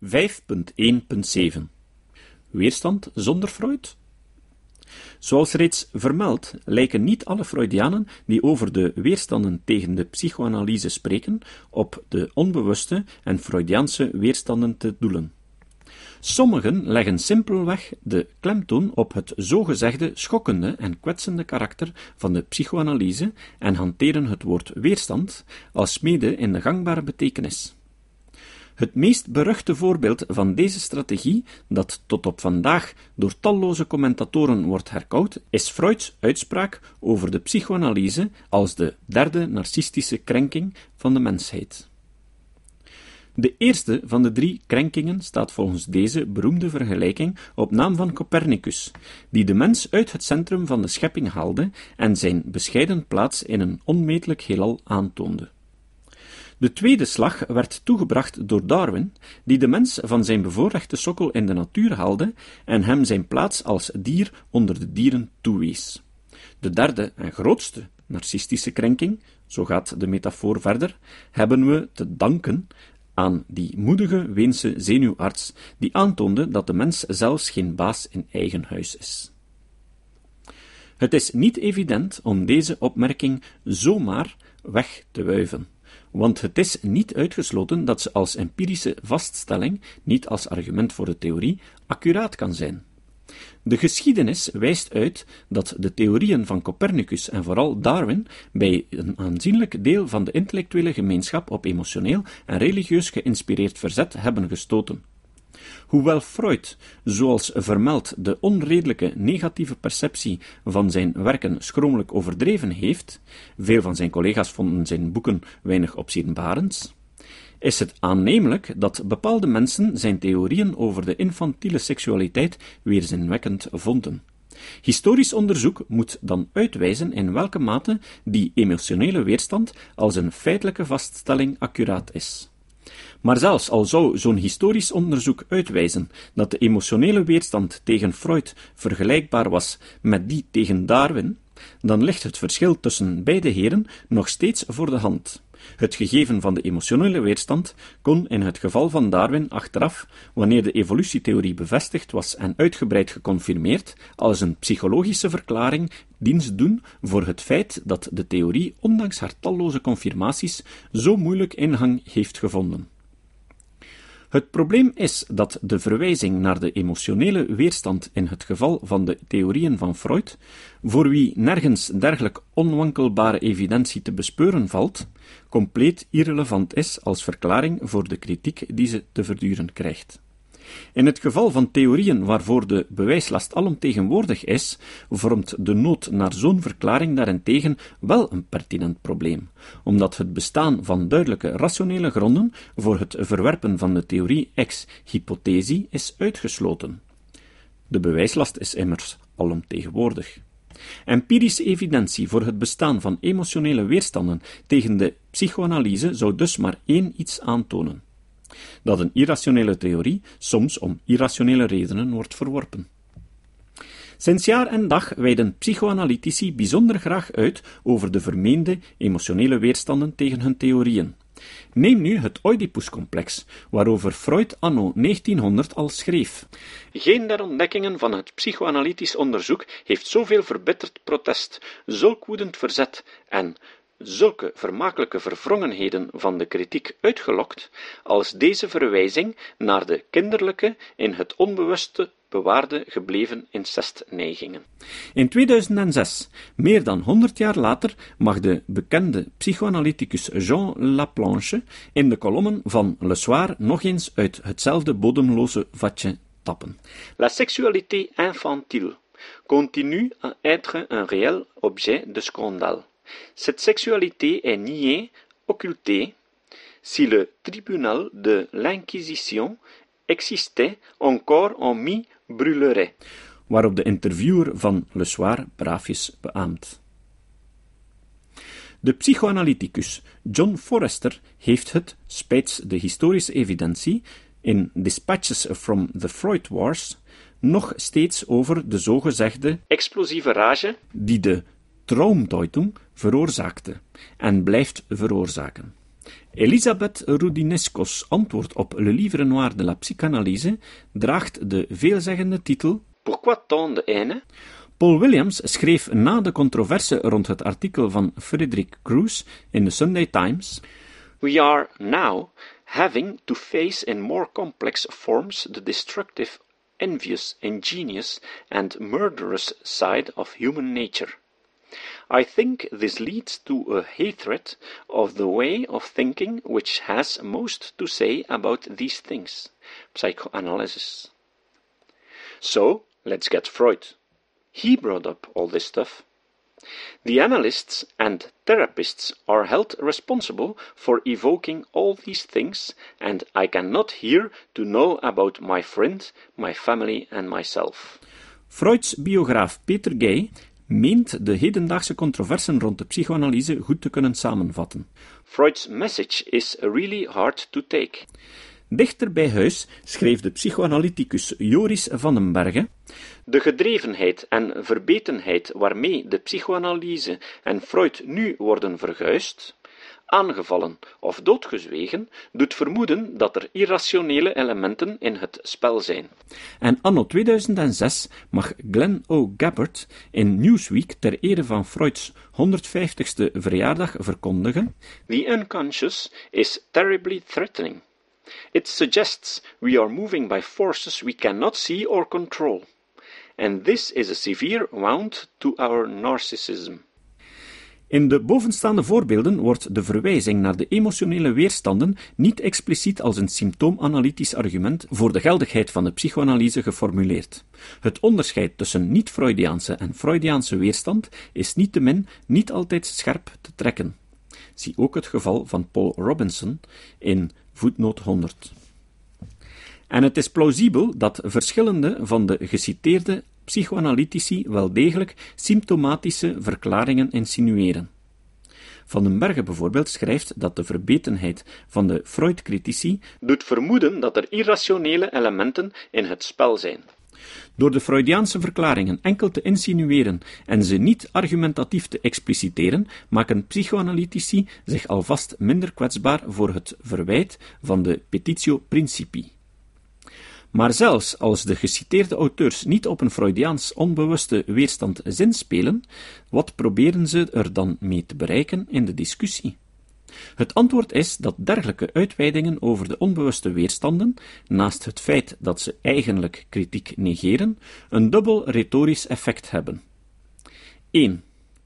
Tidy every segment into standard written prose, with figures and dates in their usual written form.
5.1.7 Weerstand zonder Freud? Zoals reeds vermeld, lijken niet alle Freudianen die over de weerstanden tegen de psychoanalyse spreken, op de onbewuste en Freudiaanse weerstanden te doelen. Sommigen leggen simpelweg de klemtoon op het zogezegde schokkende en kwetsende karakter van de psychoanalyse en hanteren het woord weerstand alsmede in de gangbare betekenis. Het meest beruchte voorbeeld van deze strategie, dat tot op vandaag door talloze commentatoren wordt herkauwd, is Freuds uitspraak over de psychoanalyse als de derde narcistische krenking van de mensheid. De eerste van de 3 krenkingen staat volgens deze beroemde vergelijking op naam van Copernicus, die de mens uit het centrum van de schepping haalde en zijn bescheiden plaats in een onmetelijk heelal aantoonde. De tweede slag werd toegebracht door Darwin, die de mens van zijn bevoorrechte sokkel in de natuur haalde en hem zijn plaats als dier onder de dieren toewees. De derde en grootste narcistische krenking, zo gaat de metafoor verder, hebben we te danken aan die moedige Weense zenuwarts, die aantoonde dat de mens zelfs geen baas in eigen huis is. Het is niet evident om deze opmerking zomaar weg te wuiven, want het is niet uitgesloten dat ze als empirische vaststelling, niet als argument voor de theorie, accuraat kan zijn. De geschiedenis wijst uit dat de theorieën van Copernicus en vooral Darwin bij een aanzienlijk deel van de intellectuele gemeenschap op emotioneel en religieus geïnspireerd verzet hebben gestoten. Hoewel Freud, zoals vermeld, de onredelijke negatieve perceptie van zijn werken schromelijk overdreven heeft, veel van zijn collega's vonden zijn boeken weinig opzienbarends, is het aannemelijk dat bepaalde mensen zijn theorieën over de infantiele seksualiteit weerzinwekkend vonden. Historisch onderzoek moet dan uitwijzen in welke mate die emotionele weerstand als een feitelijke vaststelling accuraat is. Maar zelfs al zou zo'n historisch onderzoek uitwijzen dat de emotionele weerstand tegen Freud vergelijkbaar was met die tegen Darwin, dan ligt het verschil tussen beide heren nog steeds voor de hand. Het gegeven van de emotionele weerstand kon in het geval van Darwin achteraf, wanneer de evolutietheorie bevestigd was en uitgebreid geconfirmeerd, als een psychologische verklaring dienst doen voor het feit dat de theorie, ondanks haar talloze confirmaties, zo moeilijk ingang heeft gevonden. Het probleem is dat de verwijzing naar de emotionele weerstand in het geval van de theorieën van Freud, voor wie nergens dergelijk onwankelbare evidentie te bespeuren valt, compleet irrelevant is als verklaring voor de kritiek die ze te verduren krijgt. In het geval van theorieën waarvoor de bewijslast alomtegenwoordig is, vormt de nood naar zo'n verklaring daarentegen wel een pertinent probleem, omdat het bestaan van duidelijke rationele gronden voor het verwerpen van de theorie ex hypothesi is uitgesloten. De bewijslast is immers alomtegenwoordig. Empirische evidentie voor het bestaan van emotionele weerstanden tegen de psychoanalyse zou dus maar één iets aantonen: dat een irrationele theorie soms om irrationele redenen wordt verworpen. Sinds jaar en dag wijden psychoanalytici bijzonder graag uit over de vermeende emotionele weerstanden tegen hun theorieën. Neem nu het Oedipuscomplex, waarover Freud anno 1900 al schreef. Geen der ontdekkingen van het psychoanalytisch onderzoek heeft zoveel verbitterd protest, zulk woedend verzet en zulke vermakelijke verwrongenheden van de kritiek uitgelokt, als deze verwijzing naar de kinderlijke, in het onbewuste bewaarde gebleven incestneigingen. In 2006, meer dan 100 jaar later, mag de bekende psychoanalyticus Jean Laplanche in de kolommen van Le Soir nog eens uit hetzelfde bodemloze vatje tappen. La sexualité infantile continue à être un réel objet de scandale. Cette sexualité est niée, occultée. Si le tribunal de l'Inquisition existait, encore on m'y brûlerait. Waarop de interviewer van Le Soir braafjes beaamt. De psychoanalyticus John Forrester heeft het, spijts de historische evidentie, in Dispatches from the Freud Wars nog steeds over de zogezegde explosieve rage die de Traumdeutung veroorzaakte en blijft veroorzaken. Elisabeth Roudinesco's antwoord op Le Livre Noir de la Psychanalyse draagt de veelzeggende titel Pourquoi tant de haine? Paul Williams schreef na de controverse rond het artikel van Frederick Crews in de Sunday Times: We are now having to face in more complex forms the destructive, envious, ingenious and murderous side of human nature. I think this leads to a hatred of the way of thinking which has most to say about these things, psychoanalysis. So, let's get Freud. He brought up all this stuff. The analysts and therapists are held responsible for evoking all these things, and I cannot here to know about my friend, my family and myself. Freuds biograaf Peter Gay meent de hedendaagse controversen rond de psychoanalyse goed te kunnen samenvatten. Freud's message is really hard to take. Dichter bij huis schreef de psychoanalyticus Joris van den Berghe: de gedrevenheid en verbetenheid waarmee de psychoanalyse en Freud nu worden verguisd, aangevallen of doodgezwegen, doet vermoeden dat er irrationele elementen in het spel zijn. En anno 2006 mag Glenn O. Gabbard in Newsweek ter ere van Freuds 150ste verjaardag verkondigen: The unconscious is terribly threatening. It suggests we are moving by forces we cannot see or control. And this is a severe wound to our narcissism. In de bovenstaande voorbeelden wordt de verwijzing naar de emotionele weerstanden niet expliciet als een symptoomanalytisch argument voor de geldigheid van de psychoanalyse geformuleerd. Het onderscheid tussen niet-Freudiaanse en Freudiaanse weerstand is niettemin niet altijd scherp te trekken. Zie ook het geval van Paul Robinson in voetnoot 100. En het is plausibel dat verschillende van de geciteerde psychoanalytici wel degelijk symptomatische verklaringen insinueren. Van den Berghe bijvoorbeeld schrijft dat de verbetenheid van de Freud-critici doet vermoeden dat er irrationele elementen in het spel zijn. Door de Freudiaanse verklaringen enkel te insinueren en ze niet argumentatief te expliciteren, maken psychoanalytici zich alvast minder kwetsbaar voor het verwijt van de petitio principii. Maar zelfs als de geciteerde auteurs niet op een Freudiaans onbewuste weerstand zinspelen, wat proberen ze er dan mee te bereiken in de discussie? Het antwoord is dat dergelijke uitweidingen over de onbewuste weerstanden, naast het feit dat ze eigenlijk kritiek negeren, een dubbel retorisch effect hebben. 1.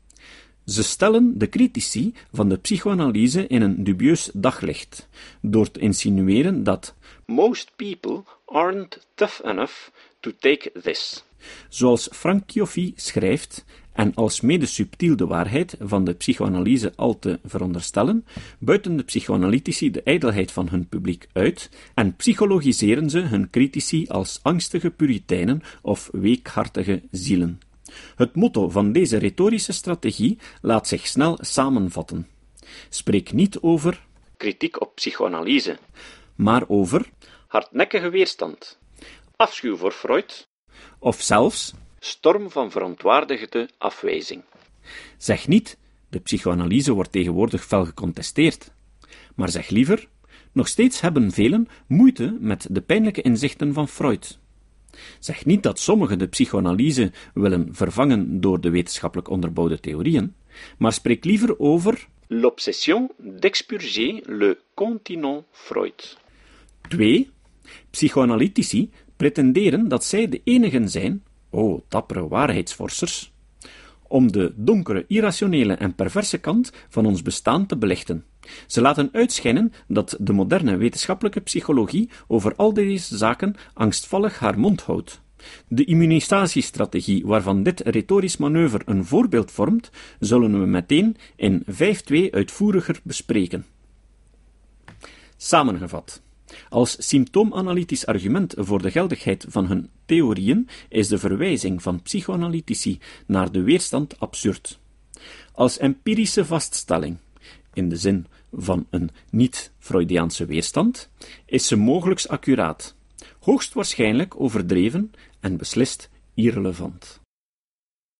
Ze stellen de critici van de psychoanalyse in een dubieus daglicht, door te insinueren dat most people aren't tough enough to take this. Zoals Frank Chioffi schrijft, en als mede subtiel de waarheid van de psychoanalyse al te veronderstellen, buiten de psychoanalytici de ijdelheid van hun publiek uit en psychologiseren ze hun critici als angstige puriteinen of weekhartige zielen. Het motto van deze retorische strategie laat zich snel samenvatten. Spreek niet over kritiek op psychoanalyse, maar over hardnekkige weerstand, afschuw voor Freud, of zelfs storm van verontwaardigde afwijzing. Zeg niet, de psychoanalyse wordt tegenwoordig fel gecontesteerd, maar zeg liever, nog steeds hebben velen moeite met de pijnlijke inzichten van Freud. Zeg niet dat sommigen de psychoanalyse willen vervangen door de wetenschappelijk onderbouwde theorieën, maar spreek liever over l'obsession d'expurger le continent Freud. 2. Psychoanalytici pretenderen dat zij de enigen zijn, dappere waarheidsvorsers, om de donkere, irrationele en perverse kant van ons bestaan te belichten. Ze laten uitschijnen dat de moderne wetenschappelijke psychologie over al deze zaken angstvallig haar mond houdt. De immunisatiestrategie waarvan dit retorisch manoeuvre een voorbeeld vormt, zullen we meteen in 5.2 uitvoeriger bespreken. Samengevat. Als symptoomanalytisch argument voor de geldigheid van hun theorieën is de verwijzing van psychoanalytici naar de weerstand absurd. Als empirische vaststelling, in de zin van een niet-Freudiaanse weerstand, is ze mogelijks accuraat, hoogstwaarschijnlijk overdreven en beslist irrelevant.